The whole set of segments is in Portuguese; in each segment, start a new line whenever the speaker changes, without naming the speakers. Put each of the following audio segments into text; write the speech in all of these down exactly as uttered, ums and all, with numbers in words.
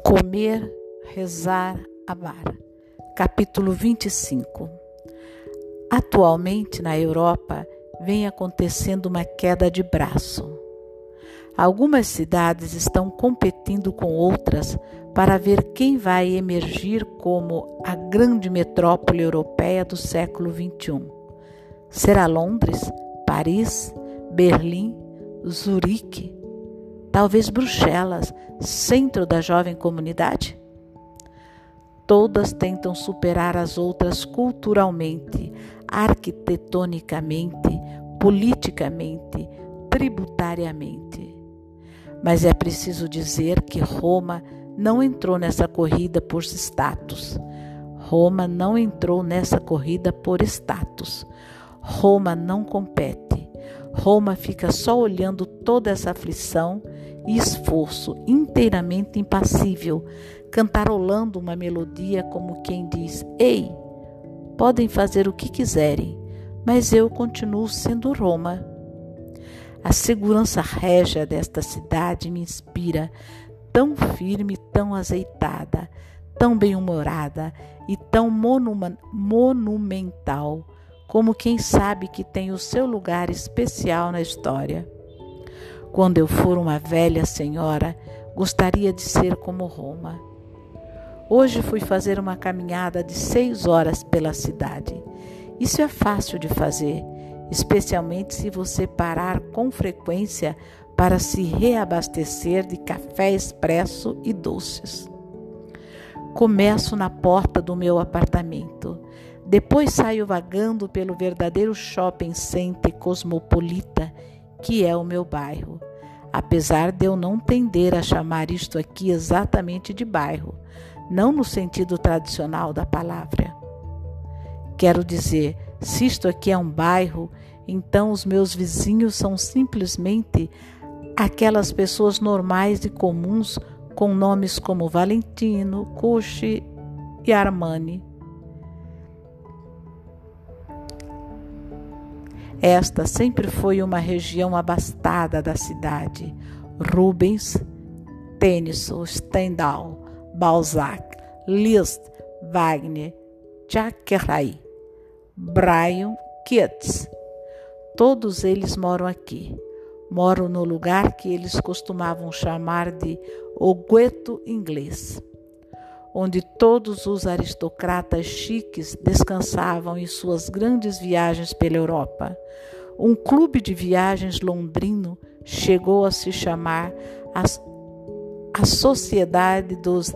Comer, rezar, amar. Capítulo vinte e cinco. Atualmente na Europa vem acontecendo uma queda de braço. Algumas cidades estão competindo com outras para ver quem vai emergir como a grande metrópole europeia do século vinte e um. Será Londres, Paris, Berlim, Zurique, talvez Bruxelas, centro da jovem comunidade? Todas tentam superar as outras culturalmente, arquitetonicamente, politicamente, tributariamente. Mas é preciso dizer que Roma não entrou nessa corrida por status. Roma não entrou nessa corrida por status. Roma não compete. Roma fica só olhando toda essa aflição e esforço, inteiramente impassível, cantarolando uma melodia como quem diz: ei, podem fazer o que quiserem, mas eu continuo sendo Roma. A segurança régia desta cidade me inspira, tão firme, tão azeitada, tão bem-humorada e tão monuma- monumental, como quem sabe que tem o seu lugar especial na história. Quando eu for uma velha senhora, gostaria de ser como Roma. Hoje fui fazer uma caminhada de seis horas pela cidade. Isso é fácil de fazer, especialmente se você parar com frequência para se reabastecer de café expresso e doces. Começo na porta do meu apartamento. Depois saio vagando pelo verdadeiro shopping center cosmopolita que é o meu bairro, apesar de eu não tender a chamar isto aqui exatamente de bairro, não no sentido tradicional da palavra. Quero dizer, se isto aqui é um bairro, então os meus vizinhos são simplesmente aquelas pessoas normais e comuns com nomes como Valentino, Gucci e Armani. Esta sempre foi uma região abastada da cidade. Rubens, Tennyson, Stendhal, Balzac, Liszt, Wagner, Thackeray, Brian Keats. Todos eles moram aqui. Moram no lugar que eles costumavam chamar de o gueto inglês, onde todos os aristocratas chiques descansavam em suas grandes viagens pela Europa. Um clube de viagens londrino chegou a se chamar a, a Sociedade dos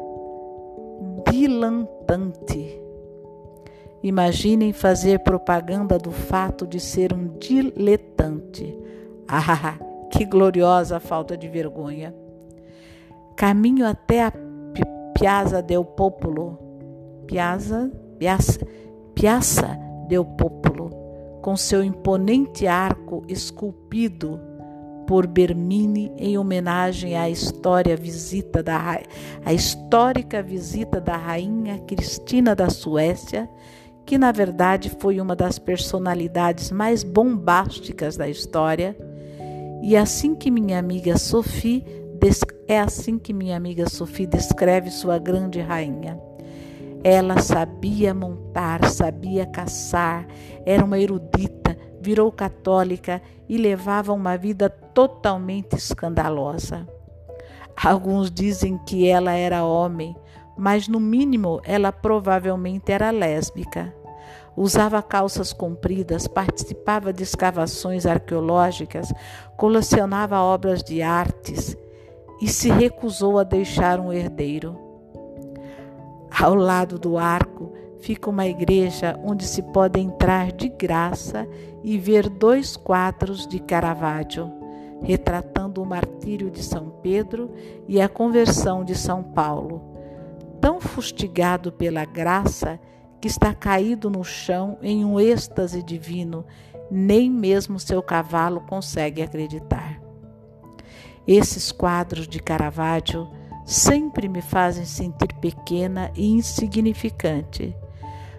Dilettanti. Imaginem fazer propaganda do fato de ser um diletante. Ah, que gloriosa falta de vergonha! Caminho até a Piazza del Popolo, Piazza, Piazza, Piazza del Popolo, com seu imponente arco esculpido por Bernini em homenagem à história visita da a histórica visita da rainha Cristina da Suécia, que na verdade foi uma das personalidades mais bombásticas da história, e assim que minha amiga Sophie É assim que minha amiga Sophie descreve sua grande rainha. Ela sabia montar, sabia caçar, era uma erudita, virou católica e levava uma vida totalmente escandalosa. Alguns dizem que ela era homem, mas no mínimo ela provavelmente era lésbica. Usava calças compridas, participava de escavações arqueológicas, colecionava obras de artes e se recusou a deixar um herdeiro. Ao lado do arco fica uma igreja onde se pode entrar de graça e ver dois quadros de Caravaggio, retratando o martírio de São Pedro e a conversão de São Paulo, tão fustigado pela graça que está caído no chão em um êxtase divino, nem mesmo seu cavalo consegue acreditar. Esses quadros de Caravaggio sempre me fazem sentir pequena e insignificante.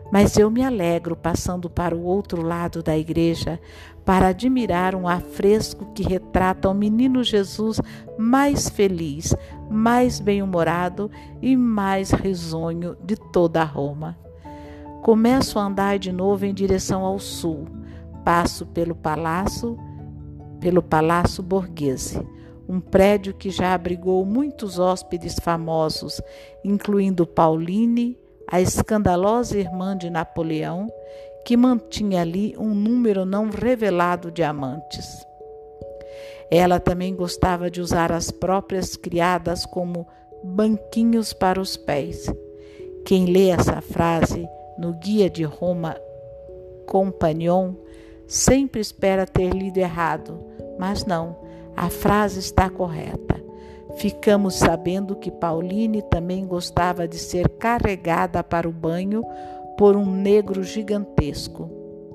mas eu me alegro passando para o outro lado da igreja para admirar um afresco que retrata o menino Jesus mais feliz, mais bem-humorado e mais risonho de toda Roma. Começo a andar de novo em direção ao sul. Passo pelo Palácio, pelo Palácio Borghese, um prédio que já abrigou muitos hóspedes famosos, incluindo Pauline, a escandalosa irmã de Napoleão, que mantinha ali um número não revelado de amantes. Ela também gostava de usar as próprias criadas como banquinhos para os pés. Quem lê essa frase no Guia de Roma Compagnon sempre espera ter lido errado, mas não, a frase está correta. Ficamos sabendo que Pauline também gostava de ser carregada para o banho por um negro gigantesco.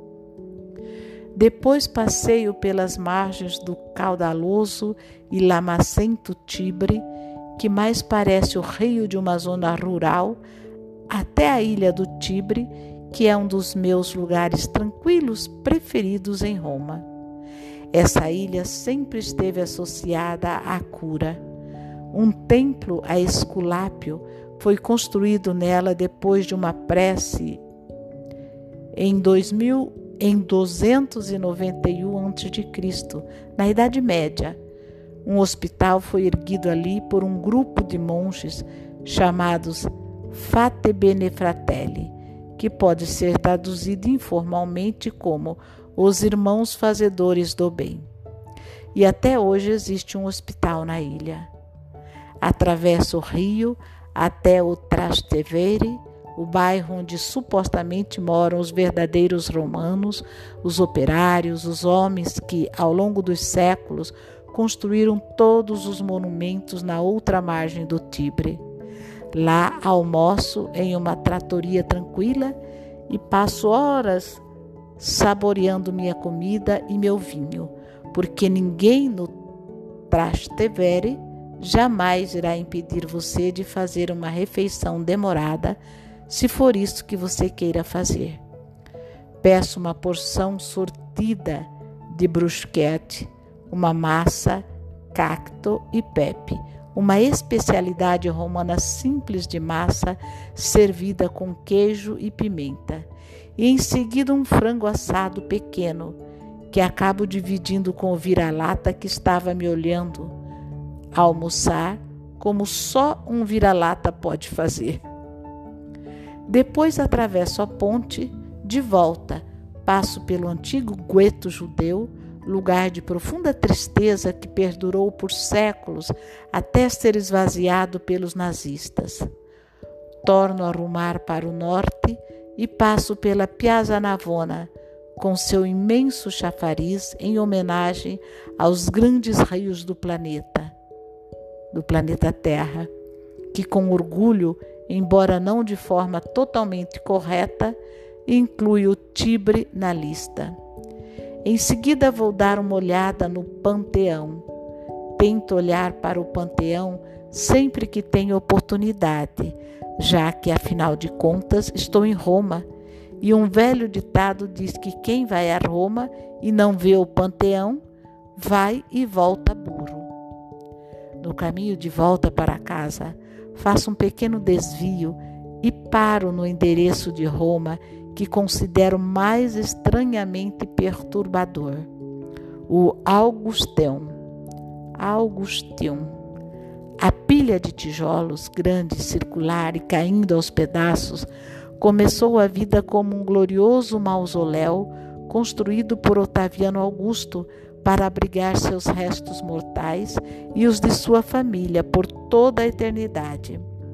Depois passeio pelas margens do caudaloso e lamacento Tibre, que mais parece o rio de uma zona rural, até a ilha do Tibre, que é um dos meus lugares tranquilos preferidos em Roma. Essa ilha sempre esteve associada à cura. Um templo a Esculápio foi construído nela depois de uma prece em, dois mil, em duzentos e noventa e um antes de Cristo, na Idade Média. Um hospital foi erguido ali por um grupo de monges chamados Fate Bene Fratelli, que pode ser traduzido informalmente como os irmãos fazedores do bem. E até hoje existe um hospital na ilha. Atravessa o rio até o Trastevere, o bairro onde supostamente moram os verdadeiros romanos, os operários, os homens que, ao longo dos séculos, construíram todos os monumentos na outra margem do Tibre. Lá almoço em uma trattoria tranquila e passo horas saboreando minha comida e meu vinho, porque ninguém no Trastevere jamais irá impedir você de fazer uma refeição demorada, se for isso que você queira fazer. Peço uma porção sortida de bruschetta, uma massa, cacto e pepe, uma especialidade romana simples de massa servida com queijo e pimenta, e em seguida um frango assado pequeno, que acabo dividindo com o vira-lata que estava me olhando almoçar como só um vira-lata pode fazer. Depois atravesso a ponte, de volta, passo pelo antigo gueto judeu, lugar de profunda tristeza que perdurou por séculos até ser esvaziado pelos nazistas. Torno a rumar para o norte e passo pela Piazza Navona, com seu imenso chafariz em homenagem aos grandes rios do planeta, do planeta Terra, que com orgulho, embora não de forma totalmente correta, inclui o Tibre na lista. Em seguida vou dar uma olhada no Panteão. Tento olhar para o Panteão sempre que tenho oportunidade, já que, afinal de contas, estou em Roma, e um velho ditado diz que quem vai a Roma e não vê o Panteão, vai e volta burro. No caminho de volta para casa, faço um pequeno desvio e paro no endereço de Roma que considero mais estranhamente perturbador, o Augusteum. Augusteum. A pilha de tijolos, grande, circular e caindo aos pedaços, começou a vida como um glorioso mausoléu construído por Otaviano Augusto para abrigar seus restos mortais e os de sua família por toda a eternidade.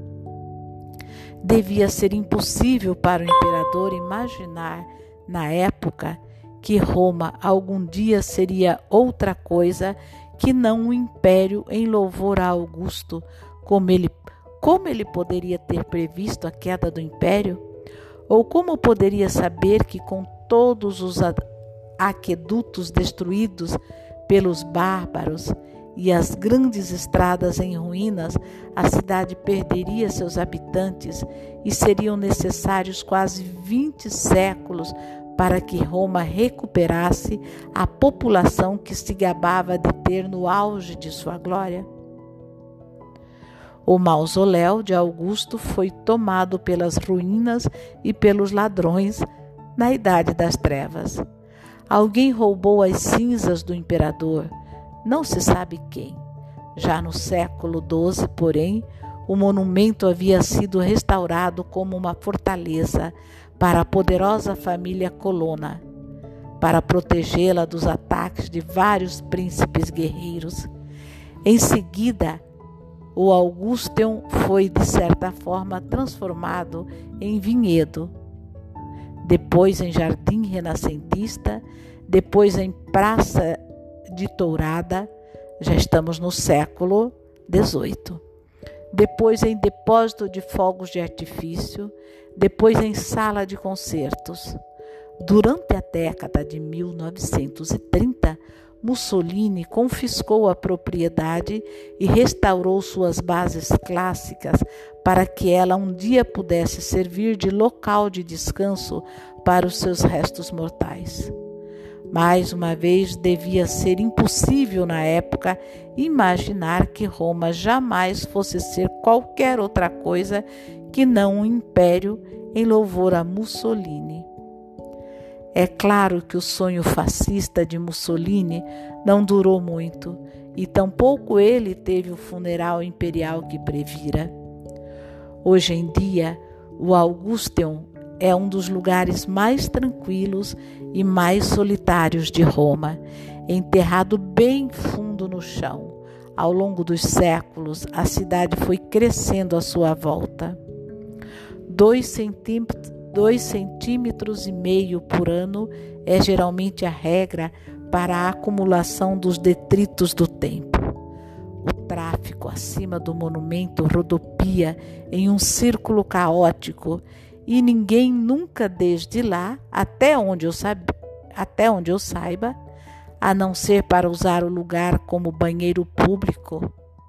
Devia ser impossível para o imperador imaginar, na época, que Roma algum dia seria outra coisa que não um império em louvor a Augusto. Como ele, como ele poderia ter previsto a queda do império? Ou como poderia saber que, com todos os aquedutos destruídos pelos bárbaros, e as grandes estradas em ruínas, a cidade perderia seus habitantes e seriam necessários quase vinte séculos para que Roma recuperasse a população que se gabava de ter no auge de sua glória. O mausoléu de Augusto foi tomado pelas ruínas e pelos ladrões na Idade das Trevas. Alguém roubou as cinzas do imperador, não se sabe quem. Já no século doze, porém, o monumento havia sido restaurado como uma fortaleza para a poderosa família Colonna, para protegê-la dos ataques de vários príncipes guerreiros. Em seguida, o Augusteum foi, de certa forma, transformado em vinhedo, depois em jardim renascentista, depois em praça de tourada, já estamos no século dezoito, depois em depósito de fogos de artifício, depois em sala de concertos. Durante a década de mil novecentos e trinta, Mussolini confiscou a propriedade e restaurou suas bases clássicas para que ela um dia pudesse servir de local de descanso para os seus restos mortais. Mais uma vez, devia ser impossível na época imaginar que Roma jamais fosse ser qualquer outra coisa que não um império em louvor a Mussolini. É claro que o sonho fascista de Mussolini não durou muito, e tampouco ele teve o funeral imperial que previra. Hoje em dia, o Augusteum é um dos lugares mais tranquilos e mais solitários de Roma, enterrado bem fundo no chão. Ao longo dos séculos, a cidade foi crescendo à sua volta. Dois centímetros Dois centímetros e meio por ano é geralmente a regra para a acumulação dos detritos do tempo. O tráfego acima do monumento rodopia em um círculo caótico e ninguém nunca desde lá, até onde eu saiba, até onde eu saiba, a não ser para usar o lugar como banheiro público.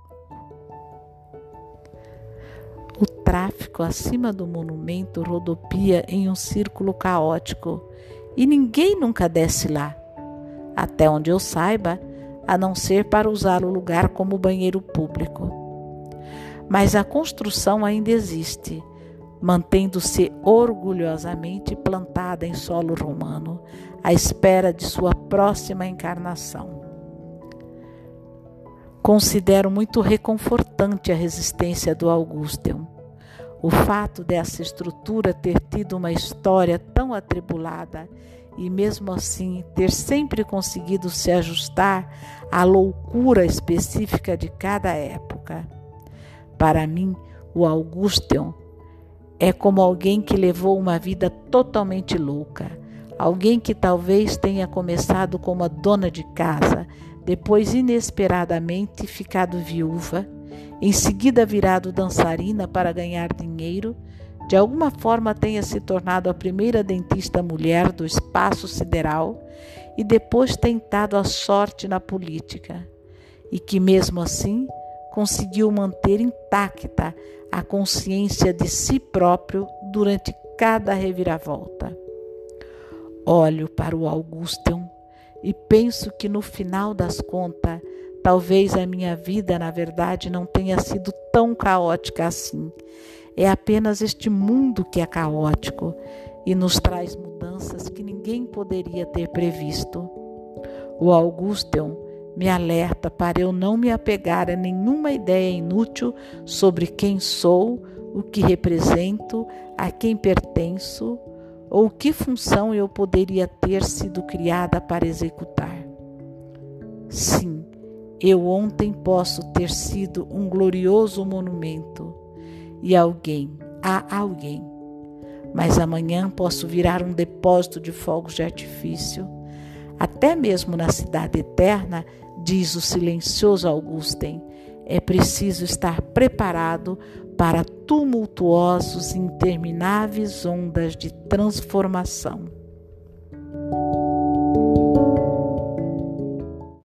O tráfego acima do monumento rodopia em um círculo caótico e ninguém nunca desce lá, até onde eu saiba, a não ser para usar o lugar como banheiro público. Mas a construção ainda existe, mantendo-se orgulhosamente plantada em solo romano, à espera de sua próxima encarnação. Considero muito reconfortante a resistência do Augusteum. O fato dessa estrutura ter tido uma história tão atribulada e, mesmo assim, ter sempre conseguido se ajustar à loucura específica de cada época. Para mim, o Augusteum é como alguém que levou uma vida totalmente louca, alguém que talvez tenha começado como a dona de casa, depois inesperadamente ficado viúva, em seguida virado dançarina para ganhar dinheiro, de alguma forma tenha se tornado a primeira dentista mulher do espaço sideral e depois tentado a sorte na política, e que mesmo assim conseguiu manter intacta a consciência de si próprio durante cada reviravolta. Olho para o Augusteum e penso que no final das contas, talvez a minha vida, na verdade, não tenha sido tão caótica assim. É apenas este mundo que é caótico e nos traz mudanças que ninguém poderia ter previsto. O Augusteum me alerta para eu não me apegar a nenhuma ideia inútil sobre quem sou, o que represento, a quem pertenço ou que função eu poderia ter sido criada para executar. Sim, eu ontem posso ter sido um glorioso monumento e alguém, há alguém, mas amanhã posso virar um depósito de fogos de artifício. Até mesmo na cidade eterna, diz o silencioso Augusteum, é preciso estar preparado para tumultuosos e intermináveis ondas de transformação.